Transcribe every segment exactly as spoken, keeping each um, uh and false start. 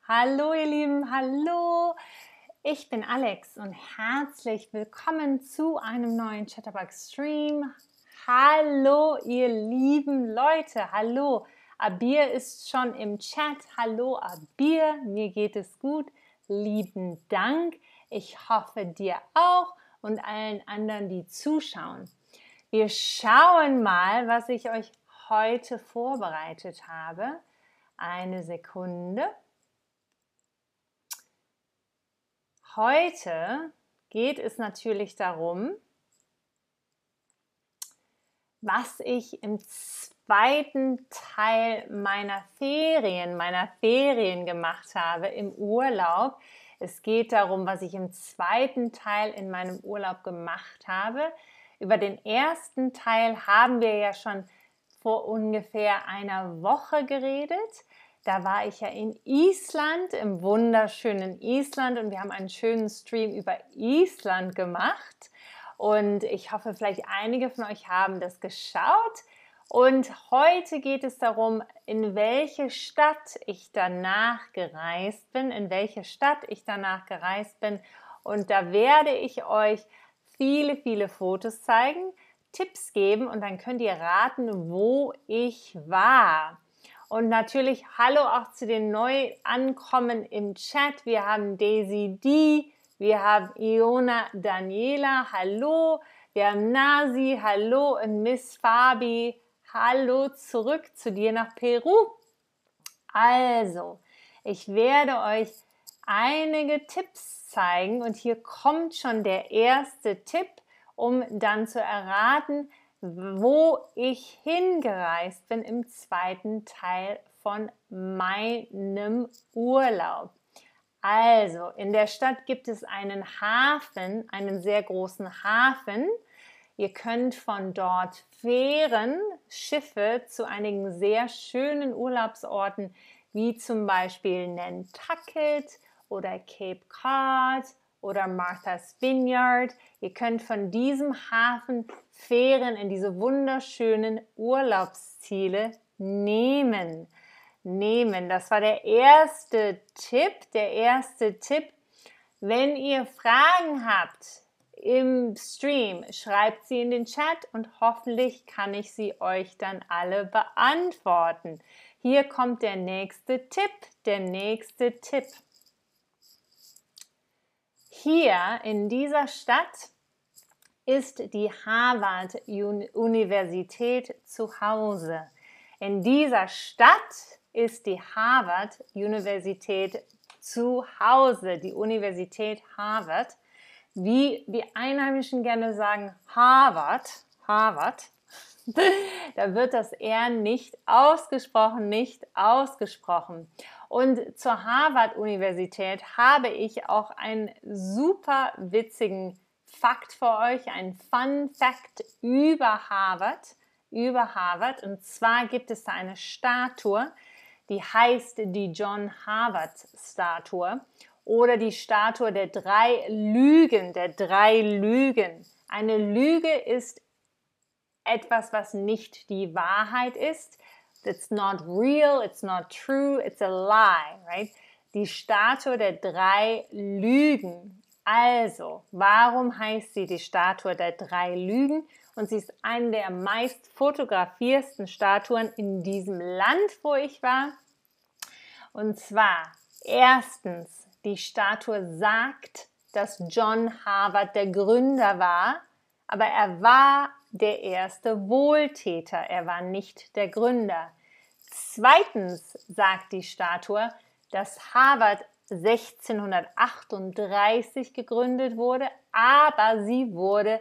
Hallo ihr Lieben, hallo! Ich bin Alex und herzlich willkommen zu einem neuen Chatterbox Stream. Hallo ihr lieben Leute, hallo! Abir ist schon im Chat. Hallo Abir, mir geht es gut. Lieben Dank. Ich hoffe dir auch und allen anderen, die zuschauen. Wir schauen mal, was ich euch heute vorbereitet habe. Eine Sekunde. Heute geht es natürlich darum, was ich im zweiten Teil meiner Ferien, meiner Ferien gemacht habe im Urlaub. Es geht darum, was ich im zweiten Teil in meinem Urlaub gemacht habe. Über den ersten Teil haben wir ja schon vor ungefähr einer Woche geredet. Da war ich ja in Island, im wunderschönen Island, und wir haben einen schönen Stream über Island gemacht. Und ich hoffe, vielleicht einige von euch haben das geschaut. Und heute geht es darum, in welche Stadt ich danach gereist bin, in welche Stadt ich danach gereist bin. Und da werde ich euch viele, viele Fotos zeigen, Tipps geben und dann könnt ihr raten, wo ich war. Und natürlich hallo auch zu den Neuankommen im Chat. Wir haben Daisy D, wir haben Iona Daniela, hallo. Wir haben Nasi, hallo. Und Miss Fabi, hallo zurück zu dir nach Peru. Also, ich werde euch einige Tipps zeigen und hier kommt schon der erste Tipp, um dann zu erraten, wo ich hingereist bin im zweiten Teil von meinem Urlaub. Also, in der Stadt gibt es einen Hafen, einen sehr großen Hafen. Ihr könnt von dort Fähren, Schiffe zu einigen sehr schönen Urlaubsorten, wie zum Beispiel Nantucket oder Cape Cod oder Martha's Vineyard. Ihr könnt von diesem Hafen Fähren in diese wunderschönen Urlaubsziele nehmen. nehmen. Das war der erste Tipp. Der erste Tipp. Wenn ihr Fragen habt im Stream, schreibt sie in den Chat und hoffentlich kann ich sie euch dann alle beantworten. Hier kommt der nächste Tipp. Der nächste Tipp. Hier in dieser Stadt ist die Harvard-Universität zu Hause. In dieser Stadt ist die Harvard-Universität zu Hause, die Universität Harvard. Wie die Einheimischen gerne sagen, Harvard, Harvard, da wird das R nicht ausgesprochen, nicht ausgesprochen. Und zur Harvard-Universität habe ich auch einen super witzigen Fakt für euch, ein Fun Fact über Harvard, über Harvard. Und zwar gibt es da eine Statue, die heißt die John Harvard Statue oder die Statue der drei Lügen, der drei Lügen. Eine Lüge ist etwas, was nicht die Wahrheit ist. It's not real, it's not true, it's a lie, right? Die Statue der drei Lügen. Also, warum heißt sie die Statue der drei Lügen? Und sie ist eine der meist fotografiersten Statuen in diesem Land, wo ich war. Und zwar, erstens, die Statue sagt, dass John Harvard der Gründer war, aber er war der erste Wohltäter, er war nicht der Gründer. Zweitens sagt die Statue, dass Harvard sechzehnhundertachtunddreißig gegründet wurde, aber sie wurde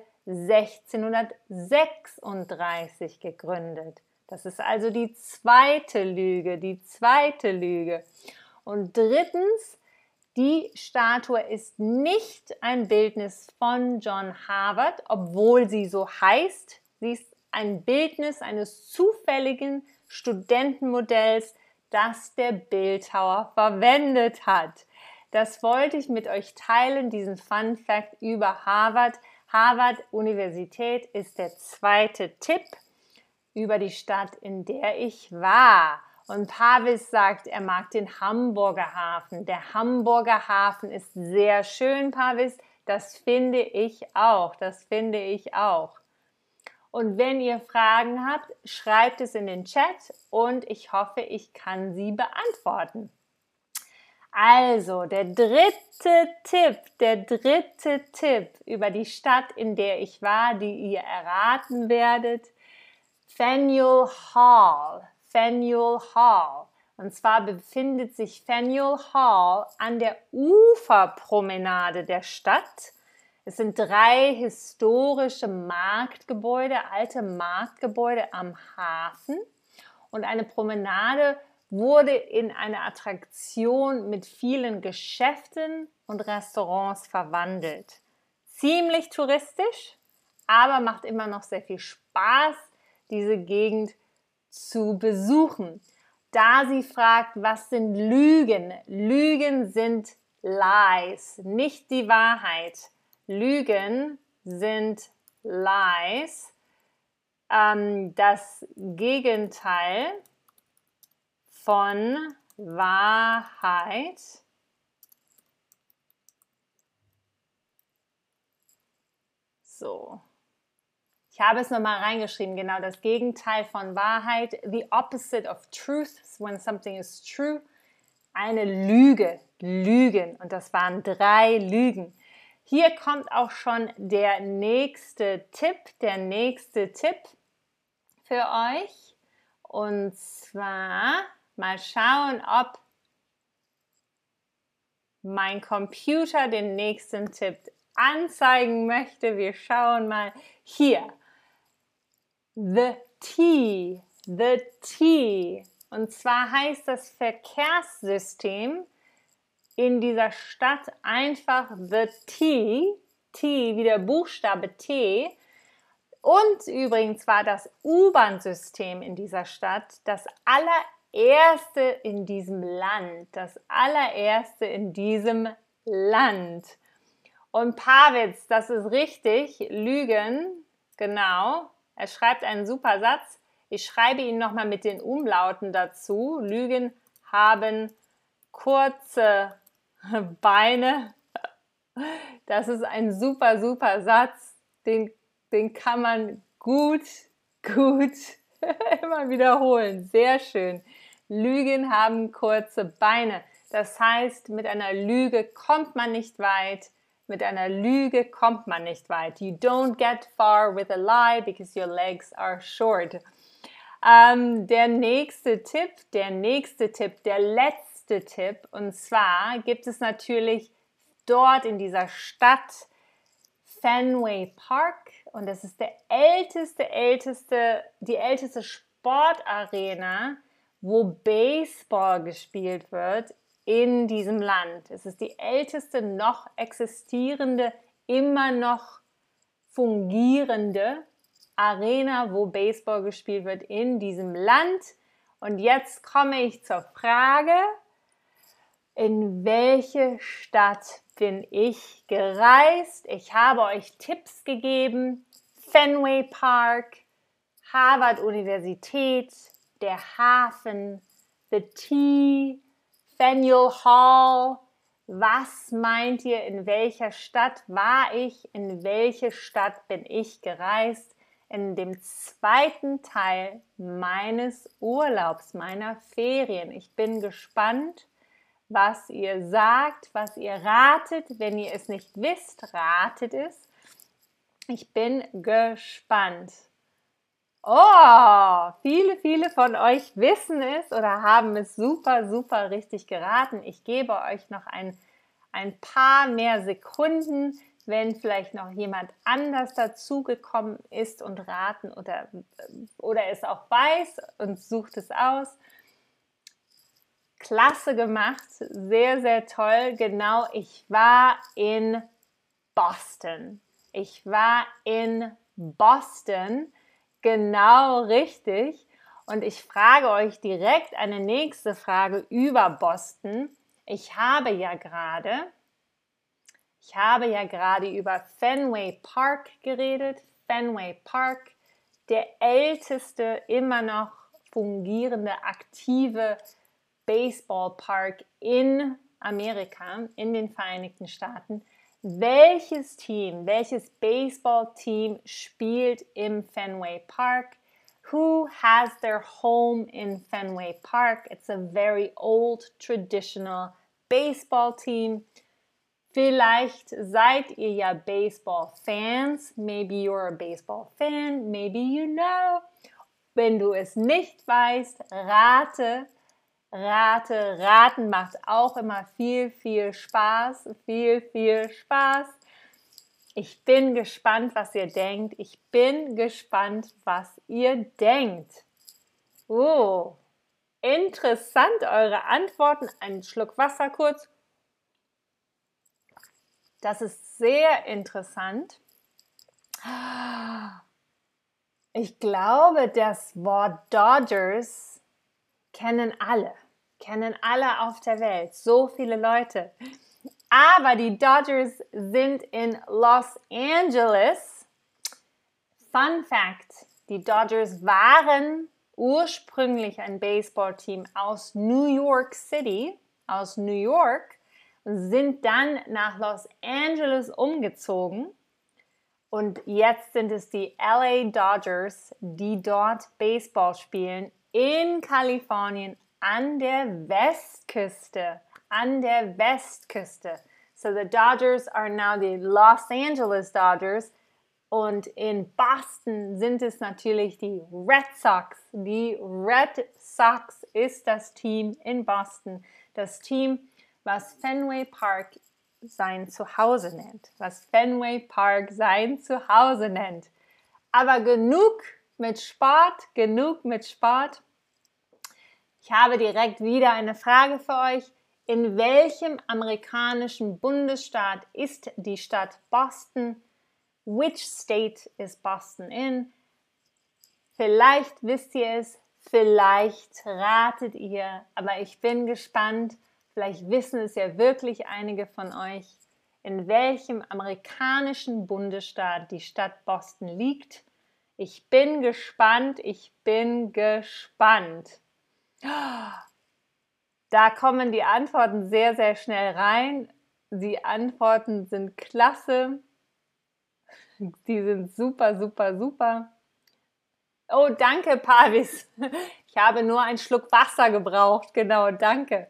sechzehnhundertsechsunddreißig gegründet. Das ist also die zweite Lüge, die zweite Lüge. Und drittens, die Statue ist nicht ein Bildnis von John Harvard, obwohl sie so heißt. Sie ist ein Bildnis eines zufälligen Studentenmodells, das der Bildhauer verwendet hat. Das wollte ich mit euch teilen, diesen Fun Fact über Harvard. Harvard Universität ist der zweite Tipp über die Stadt, in der ich war. Und Pavis sagt, er mag den Hamburger Hafen. Der Hamburger Hafen ist sehr schön, Pavis. Das finde ich auch. Das finde ich auch. Und wenn ihr Fragen habt, schreibt es in den Chat und ich hoffe, ich kann sie beantworten. Also, der dritte Tipp, der dritte Tipp über die Stadt, in der ich war, die ihr erraten werdet. Faneuil Hall. Faneuil Hall. Und zwar befindet sich Faneuil Hall an der Uferpromenade der Stadt. Es sind drei historische Marktgebäude, alte Marktgebäude am Hafen. Und eine Promenade wurde in eine Attraktion mit vielen Geschäften und Restaurants verwandelt. Ziemlich touristisch, aber macht immer noch sehr viel Spaß, diese Gegend zu besuchen. Da sie fragt, was sind Lügen? Lügen sind Lies, nicht die Wahrheit. Lügen sind Lies. Ähm, das Gegenteil von Wahrheit so. Ich habe es nochmal reingeschrieben, genau das Gegenteil von Wahrheit. The opposite of truth, when something is true. Eine Lüge, Lügen. Und das waren drei Lügen. Hier kommt auch schon der nächste Tipp, der nächste Tipp für euch. Und zwar mal schauen, ob mein Computer den nächsten Tipp anzeigen möchte. Wir schauen mal hier. The T, the T. Und zwar heißt das Verkehrssystem in dieser Stadt einfach the T, T wie der Buchstabe T. Und übrigens war das U-Bahn-System in dieser Stadt das allererste in diesem Land, das allererste in diesem Land. Und Pawitz, das ist richtig, Lügen, genau. Er schreibt einen super Satz. Ich schreibe ihn nochmal mit den Umlauten dazu. Lügen haben kurze Beine. Das ist ein super, super Satz. Den, den kann man gut, gut immer wiederholen. Sehr schön. Lügen haben kurze Beine. Das heißt, mit einer Lüge kommt man nicht weit. Mit einer Lüge kommt man nicht weit. You don't get far with a lie because your legs are short. Ähm, der nächste Tipp, der nächste Tipp, der letzte Tipp. Und zwar gibt es natürlich dort in dieser Stadt Fenway Park. Und das ist der älteste, älteste, die älteste Sportarena, wo Baseball gespielt wird in diesem Land. Es ist die älteste noch existierende, immer noch fungierende Arena, wo Baseball gespielt wird in diesem Land. Und jetzt komme ich zur Frage, in welche Stadt bin ich gereist? Ich habe euch Tipps gegeben. Fenway Park, Harvard-Universität, der Hafen, The T, Faneuil Hall. Was meint ihr, in welcher Stadt war ich? In welche Stadt bin ich gereist? In dem zweiten Teil meines Urlaubs, meiner Ferien. Ich bin gespannt, was ihr sagt, was ihr ratet. Wenn ihr es nicht wisst, ratet es. Ich bin gespannt. Oh, viele, viele von euch wissen es oder haben es super, super richtig geraten. Ich gebe euch noch ein, ein paar mehr Sekunden, wenn vielleicht noch jemand anders dazugekommen ist und raten oder, oder es auch weiß und sucht es aus. Klasse gemacht, sehr, sehr toll. Genau, ich war in Boston. Ich war in Boston. Genau richtig. Und ich frage euch direkt eine nächste Frage über Boston. Ich habe ja gerade, ich habe ja gerade über Fenway Park geredet. Fenway Park, der älteste immer noch fungierende, aktive Baseballpark in Amerika, in den Vereinigten Staaten. Welches Team, welches Baseballteam spielt im Fenway Park? Who has their home in Fenway Park? It's a very old, traditional baseball team. Vielleicht seid ihr ja Baseball-Fans. Maybe you're a Baseball-Fan. Maybe you know. Wenn du es nicht weißt, rate, rate, raten macht auch immer viel, viel Spaß. Viel, viel Spaß. Ich bin gespannt, was ihr denkt. Ich bin gespannt, was ihr denkt. Oh, interessant, eure Antworten. Einen Schluck Wasser kurz. Das ist sehr interessant. Ich glaube, das Wort Dodgers kennen alle. Kennen alle auf der Welt. So viele Leute. Aber die Dodgers sind in Los Angeles. Fun Fact, die Dodgers waren ursprünglich ein Baseballteam aus New York City, aus New York, sind dann nach Los Angeles umgezogen und jetzt sind es die L A Dodgers, die dort Baseball spielen in Kalifornien an der Westküste. An der Westküste. So the Dodgers are now the Los Angeles Dodgers und in Boston sind es natürlich die Red Sox. Die Red Sox ist das Team in Boston. Das Team, was Fenway Park sein Zuhause nennt. Was Fenway Park sein Zuhause nennt. Aber genug mit Sport, genug mit Sport. Ich habe direkt wieder eine Frage für euch. In welchem amerikanischen Bundesstaat ist die Stadt Boston? Which state is Boston in? Vielleicht wisst ihr es, vielleicht ratet ihr, aber ich bin gespannt. Vielleicht wissen es ja wirklich einige von euch, in welchem amerikanischen Bundesstaat die Stadt Boston liegt. Ich bin gespannt, ich bin gespannt. Da kommen die Antworten sehr, sehr schnell rein. Die Antworten sind klasse. Die sind super, super, super. Oh, danke, Pavis. Ich habe nur einen Schluck Wasser gebraucht. Genau, danke.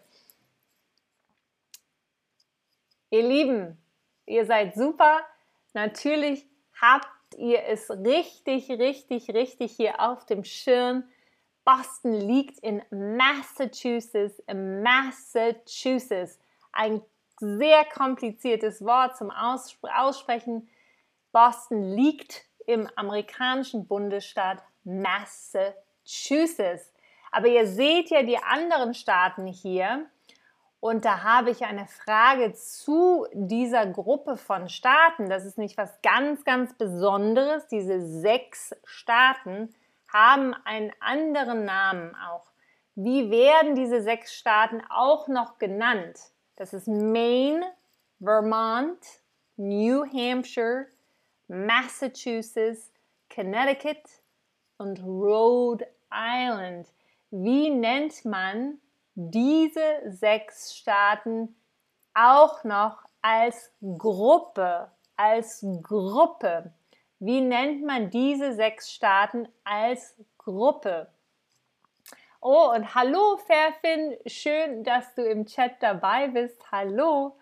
Ihr Lieben, ihr seid super. Natürlich habt ihr es richtig, richtig, richtig hier auf dem Schirm. Boston liegt in Massachusetts, Massachusetts. Ein sehr kompliziertes Wort zum Aus- Aussprechen. Boston liegt im amerikanischen Bundesstaat Massachusetts. Aber ihr seht ja die anderen Staaten hier. Und da habe ich eine Frage zu dieser Gruppe von Staaten. Das ist nicht was ganz, ganz Besonderes. Diese sechs Staaten haben einen anderen Namen auch. Wie werden diese sechs Staaten auch noch genannt? Das ist Maine, Vermont, New Hampshire, Massachusetts, Connecticut und Rhode Island. Wie nennt man diese sechs Staaten auch noch als Gruppe? Als Gruppe. Wie nennt man diese sechs Staaten als Gruppe? Oh, und hallo Fairfin, schön, dass du im Chat dabei bist. Hallo.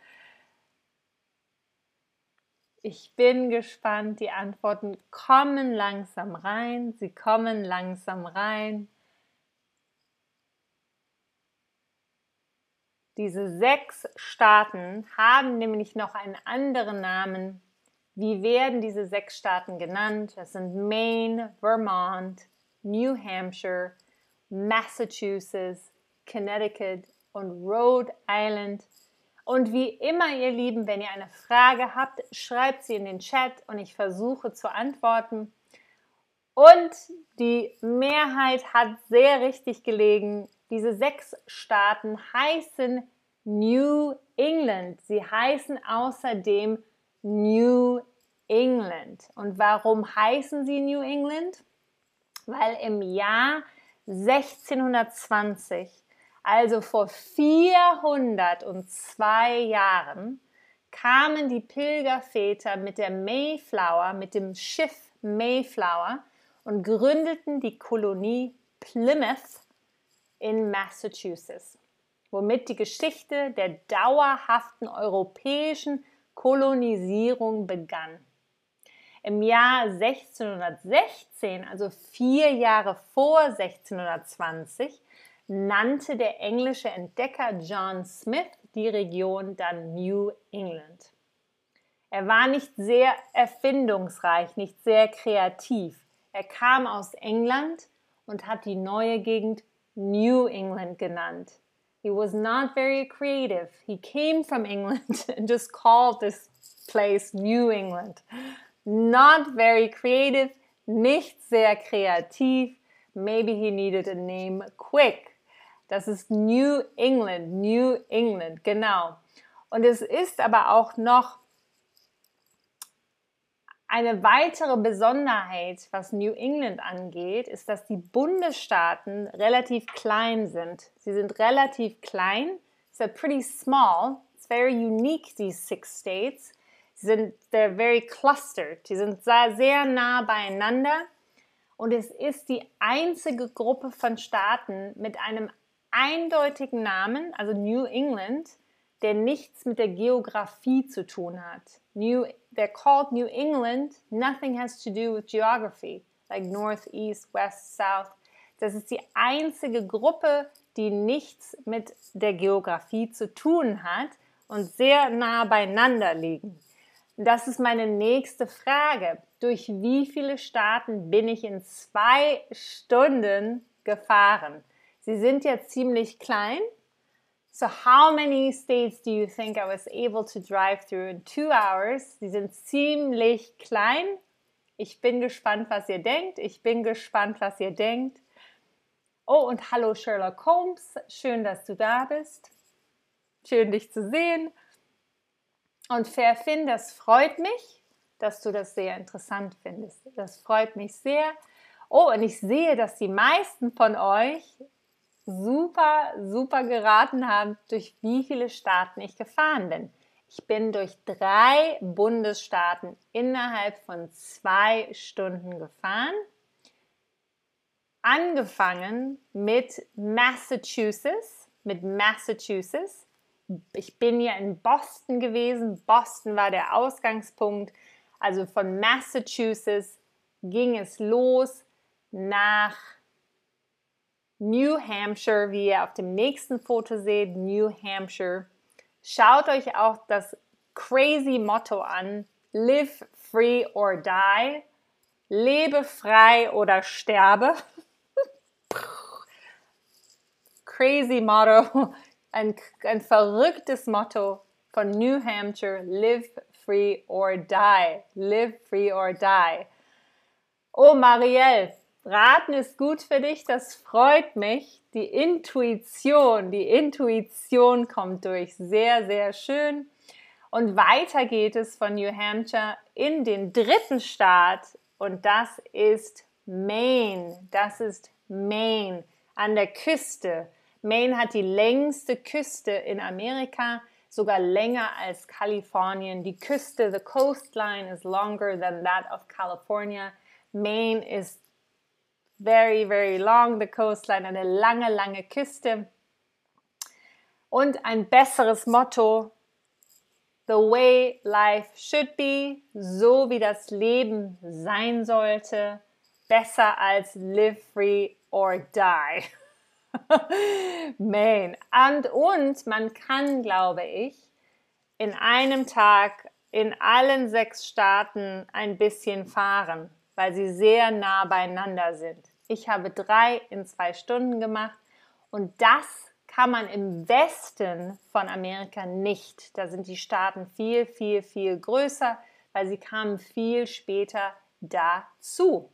Ich bin gespannt, die Antworten kommen langsam rein. Sie kommen langsam rein. Diese sechs Staaten haben nämlich noch einen anderen Namen. Wie werden diese sechs Staaten genannt? Das sind Maine, Vermont, New Hampshire, Massachusetts, Connecticut und Rhode Island. Und wie immer, ihr Lieben, wenn ihr eine Frage habt, schreibt sie in den Chat und ich versuche zu antworten. Und die Mehrheit hat sehr richtig gelegen. Diese sechs Staaten heißen New England. Sie heißen außerdem New England. Und warum heißen sie New England? Weil im Jahr sechzehnhundertzwanzig, also vor vierhundertzwei Jahren, kamen die Pilgerväter mit der Mayflower, mit dem Schiff Mayflower und gründeten die Kolonie Plymouth in Massachusetts, womit die Geschichte der dauerhaften europäischen Kolonisierung begann. Im Jahr sechzehnhundertsechzehn, also vier Jahre vor sechzehnhundertzwanzig, nannte der englische Entdecker John Smith die Region dann New England. Er war nicht sehr erfindungsreich, nicht sehr kreativ. Er kam aus England und hat die neue Gegend New England genannt. He was not very creative. He came from England and just called this place New England. Not very creative, nicht sehr kreativ. Maybe he needed a name quick. Das ist New England, New England, genau. Und es ist aber auch noch eine weitere Besonderheit, was New England angeht, ist, dass die Bundesstaaten relativ klein sind. Sie sind relativ klein. So pretty small. It's very unique, these six states. Sie sind, they're very clustered. Sie sind sehr, sehr nah beieinander. Und es ist die einzige Gruppe von Staaten mit einem eindeutigen Namen, also New England, der nichts mit der Geografie zu tun hat. New, they're called New England, nothing has to do with geography, like North, East, West, South. Das ist die einzige Gruppe, die nichts mit der Geografie zu tun hat und sehr nah beieinander liegen. Das ist meine nächste Frage. Durch wie viele Staaten bin ich in zwei Stunden gefahren? Sie sind ja ziemlich klein. So how many states do you think I was able to drive through in two hours? Sie sind ziemlich klein. Ich bin gespannt, was ihr denkt. Ich bin gespannt, was ihr denkt. Oh, und hallo Sherlock Holmes. Schön, dass du da bist. Schön, dich zu sehen. Und Fairfin, das freut mich, dass du das sehr interessant findest. Das freut mich sehr. Oh, und ich sehe, dass die meisten von euch super, super geraten haben, durch wie viele Staaten ich gefahren bin. Ich bin durch drei Bundesstaaten innerhalb von zwei Stunden gefahren. Angefangen mit Massachusetts, mit Massachusetts. Ich bin ja in Boston gewesen. Boston war der Ausgangspunkt. Also von Massachusetts ging es los nach New Hampshire, wie ihr auf dem nächsten Foto seht, New Hampshire. Schaut euch auch das crazy Motto an, live free or die, lebe frei oder sterbe. Crazy Motto, ein, ein verrücktes Motto von New Hampshire, live free or die, live free or die. Oh Marielle, Raten ist gut für dich, das freut mich. Die Intuition, die Intuition kommt durch. Sehr, sehr schön. Und weiter geht es von New Hampshire in den dritten Staat und das ist Maine. Das ist Maine an der Küste. Maine hat die längste Küste in Amerika, sogar länger als Kalifornien. Die Küste, the coastline is longer than that of California. Maine is very, very long, the coastline, eine lange, lange Küste. Und ein besseres Motto, the way life should be, so wie das Leben sein sollte, besser als live free or die. Man. Und, und man kann, glaube ich, in einem Tag in allen sechs Staaten ein bisschen fahren, weil sie sehr nah beieinander sind. Ich habe drei in zwei Stunden gemacht und das kann man im Westen von Amerika nicht. Da sind die Staaten viel, viel, viel größer, weil sie kamen viel später dazu.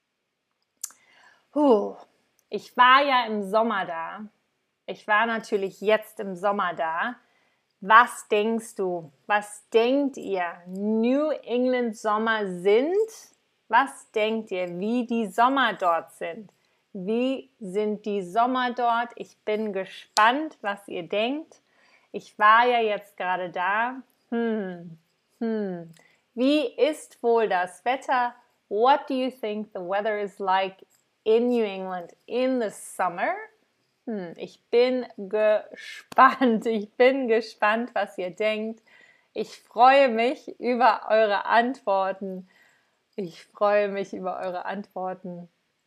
Puh. Ich war ja im Sommer da. Ich war natürlich jetzt im Sommer da. Was denkst du? Was denkt ihr? New England Sommer sind? Was denkt ihr, wie die Sommer dort sind? Wie sind die Sommer dort? Ich bin gespannt, was ihr denkt. Ich war ja jetzt gerade da. Hm, hm. Wie ist wohl das Wetter? What do you think the weather is like in New England in the summer? Hm, ich bin gespannt. Ich bin gespannt, was ihr denkt. Ich freue mich über eure Antworten. Ich freue mich über eure Antworten.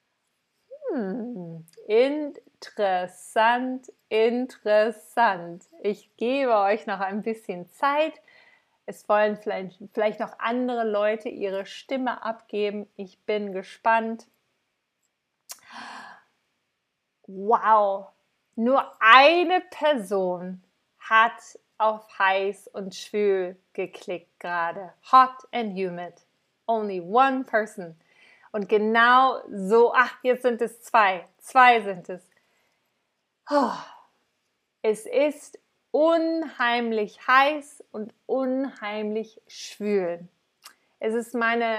Hm, interessant, interessant. Ich gebe euch noch ein bisschen Zeit. Es wollen vielleicht, vielleicht noch andere Leute ihre Stimme abgeben. Ich bin gespannt. Wow, nur eine Person hat auf heiß und schwül geklickt gerade. Hot and humid. Only one person. Und genau so, ach, jetzt sind es zwei. Zwei sind es. Oh, es ist unheimlich heiß und unheimlich schwül. Es ist meine,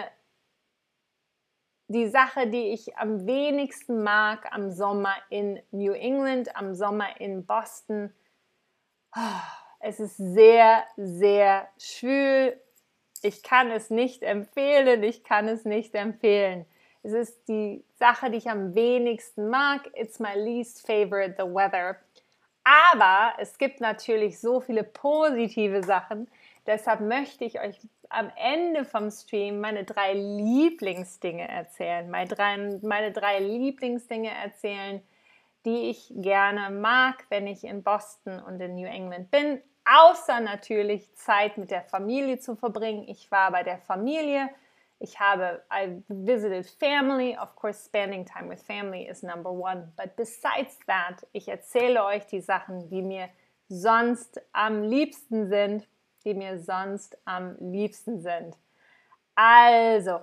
die Sache, die ich am wenigsten mag am Sommer in New England, am Sommer in Boston. Oh, es ist sehr, sehr schwül. Ich kann es nicht empfehlen, ich kann es nicht empfehlen. Es ist die Sache, die ich am wenigsten mag. It's my least favorite, the weather. Aber es gibt natürlich so viele positive Sachen. Deshalb möchte ich euch am Ende vom Stream meine drei Lieblingsdinge erzählen. Meine drei, meine drei Lieblingsdinge erzählen, die ich gerne mag, wenn ich in Boston und in New England bin. Außer natürlich Zeit mit der Familie zu verbringen. Ich war bei der Familie. Ich habe, I visited family. Of course, spending time with family is number one. But besides that, ich erzähle euch die Sachen, die mir sonst am liebsten sind, die mir sonst am liebsten sind. Also,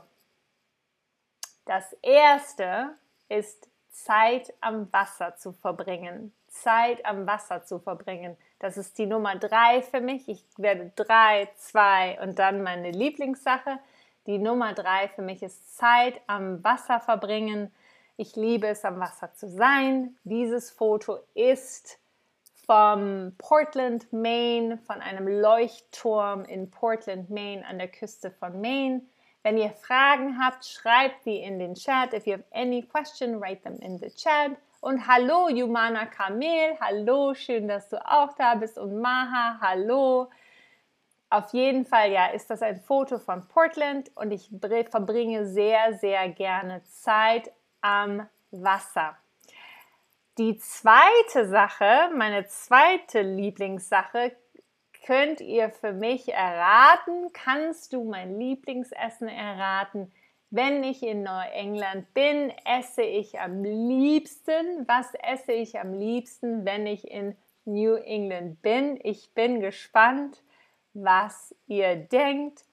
das erste ist Zeit am Wasser zu verbringen. Zeit am Wasser zu verbringen. Das ist die Nummer drei für mich. Ich werde drei, zwei und dann meine Lieblingssache. Die Nummer drei für mich ist Zeit am Wasser verbringen. Ich liebe es, am Wasser zu sein. Dieses Foto ist vom Portland, Maine, von einem Leuchtturm in Portland, Maine, an der Küste von Maine. Wenn ihr Fragen habt, schreibt die in den Chat. If you have any question, write them in the chat. Und hallo, Yumana Kamel, hallo, schön, dass du auch da bist. Und Maha, hallo. Auf jeden Fall, ja, ist das ein Foto von Portland und ich verbringe sehr, sehr gerne Zeit am Wasser. Die zweite Sache, meine zweite Lieblingssache, könnt ihr für mich erraten? Kannst du mein Lieblingsessen erraten? Wenn ich in Neuengland bin, esse ich am liebsten. Was esse ich am liebsten, wenn ich in New England bin? Ich bin gespannt, was ihr denkt.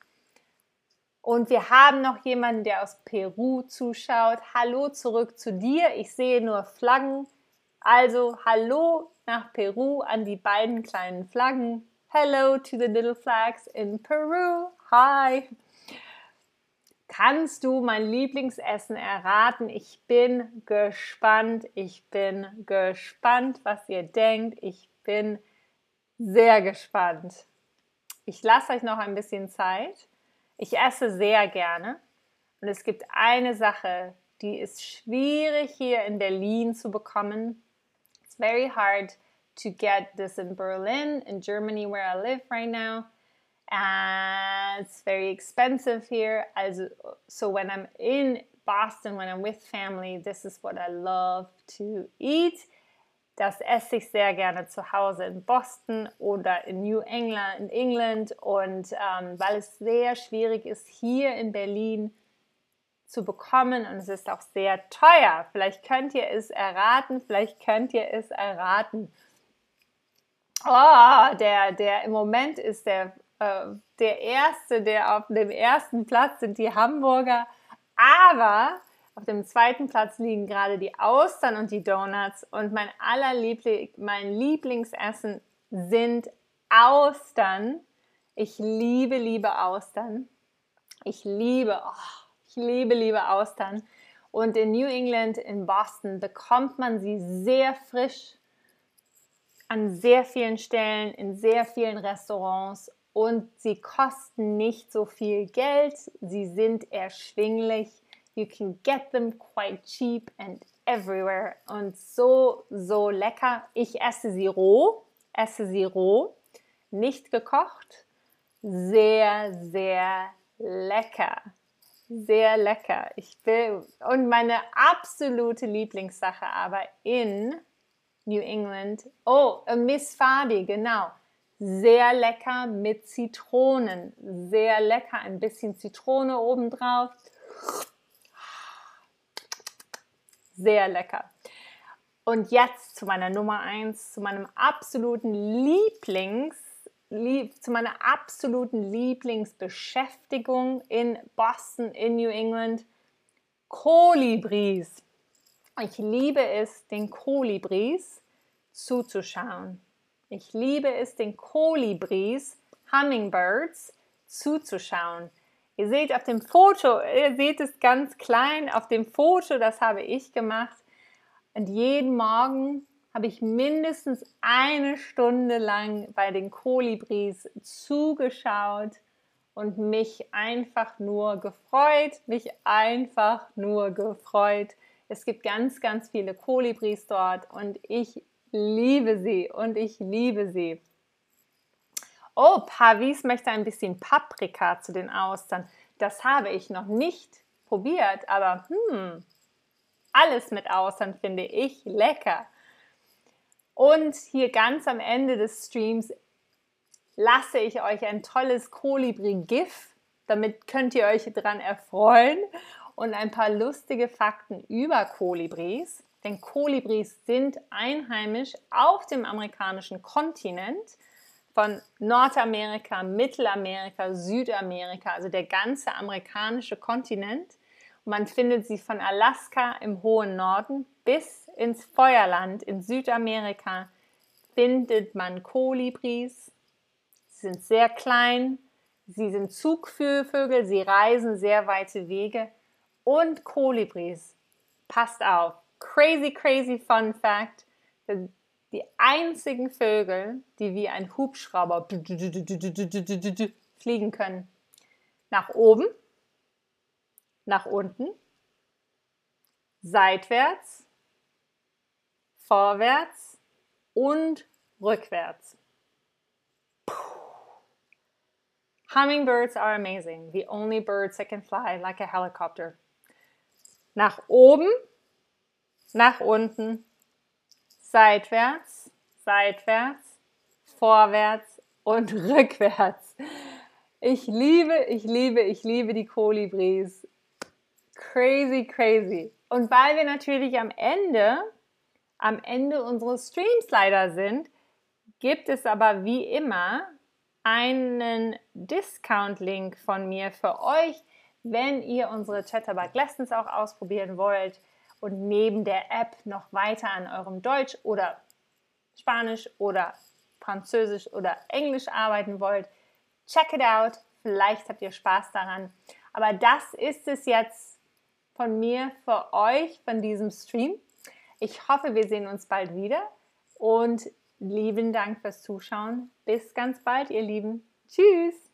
Und wir haben noch jemanden, der aus Peru zuschaut. Hallo zurück zu dir. Ich sehe nur Flaggen. Also hallo nach Peru an die beiden kleinen Flaggen. Hello to the little flags in Peru. Hi. Kannst du mein Lieblingsessen erraten? Ich bin gespannt. Ich bin gespannt, was ihr denkt. Ich bin sehr gespannt. Ich lasse euch noch ein bisschen Zeit. Ich esse sehr gerne. Und es gibt eine Sache, die ist schwierig hier in Berlin zu bekommen. It's very hard to get this in Berlin, in Germany, where I live right now. And it's very expensive here. Also, so when I'm in Boston, when I'm with family, this is what I love to eat. Das esse ich sehr gerne zu Hause in Boston oder in New England, in England. Und ähm, weil es sehr schwierig ist, hier in Berlin zu bekommen und es ist auch sehr teuer. Vielleicht könnt ihr es erraten, vielleicht könnt ihr es erraten. Oh, der, der im Moment ist der Der erste, der auf dem ersten Platz sind die Hamburger, aber auf dem zweiten Platz liegen gerade die Austern und die Donuts und mein allerliebling, mein Lieblingsessen sind Austern. Ich liebe, liebe Austern. Ich liebe, oh, ich liebe, liebe Austern. Und in New England, in Boston, bekommt man sie sehr frisch an sehr vielen Stellen, in sehr vielen Restaurants und sie kosten nicht so viel Geld. Sie sind erschwinglich. You can get them quite cheap and everywhere. Und so, so lecker. Ich esse sie roh, esse sie roh, nicht gekocht. Sehr, sehr lecker. Sehr lecker. Ich will, und meine absolute Lieblingssache aber in New England, oh, Miss Fabi, genau. Sehr lecker mit Zitronen. Sehr lecker, ein bisschen Zitrone obendrauf. Sehr lecker. Und jetzt zu meiner Nummer eins, zu meinem absoluten Lieblings, lieb, zu meiner absoluten Lieblingsbeschäftigung in Boston, in New England, Kolibris. Ich liebe es, den Kolibris zuzuschauen. Ich liebe es, den Kolibris, Hummingbirds, zuzuschauen. Ihr seht auf dem Foto, ihr seht es ganz klein auf dem Foto, das habe ich gemacht. Und jeden Morgen habe ich mindestens eine Stunde lang bei den Kolibris zugeschaut und mich einfach nur gefreut, mich einfach nur gefreut. Es gibt ganz, ganz viele Kolibris dort und ich liebe sie und ich liebe sie. Oh, Pavis möchte ein bisschen Paprika zu den Austern. Das habe ich noch nicht probiert, aber hm, alles mit Austern finde ich lecker. Und hier ganz am Ende des Streams lasse ich euch ein tolles Kolibri-GIF. Damit könnt ihr euch daran erfreuen. Und ein paar lustige Fakten über Kolibris. Denn Kolibris sind einheimisch auf dem amerikanischen Kontinent. Von Nordamerika, Mittelamerika, Südamerika, also der ganze amerikanische Kontinent. Man findet sie von Alaska im hohen Norden bis ins Feuerland in Südamerika findet man Kolibris. Sie sind sehr klein, sie sind Zugvögel, sie reisen sehr weite Wege und Kolibris. Passt auf, crazy, crazy fun fact, die einzigen Vögel, die wie ein Hubschrauber fliegen können. Nach oben, nach unten, seitwärts, vorwärts und rückwärts. Hummingbirds are amazing. The only birds that can fly like a helicopter. Nach oben, nach unten, seitwärts, seitwärts, vorwärts und rückwärts. Ich liebe, ich liebe, ich liebe die Kolibris. Crazy, crazy. Und weil wir natürlich am Ende, am Ende unseres Streams leider sind, gibt es aber wie immer einen Discount-Link von mir für euch, wenn ihr unsere Chatterbug Lessons auch ausprobieren wollt und neben der App noch weiter an eurem Deutsch oder Spanisch oder Französisch oder Englisch arbeiten wollt. Check it out, vielleicht habt ihr Spaß daran. Aber das ist es jetzt von mir für euch, von diesem Stream. Ich hoffe, wir sehen uns bald wieder und lieben Dank fürs Zuschauen. Bis ganz bald, ihr Lieben. Tschüss!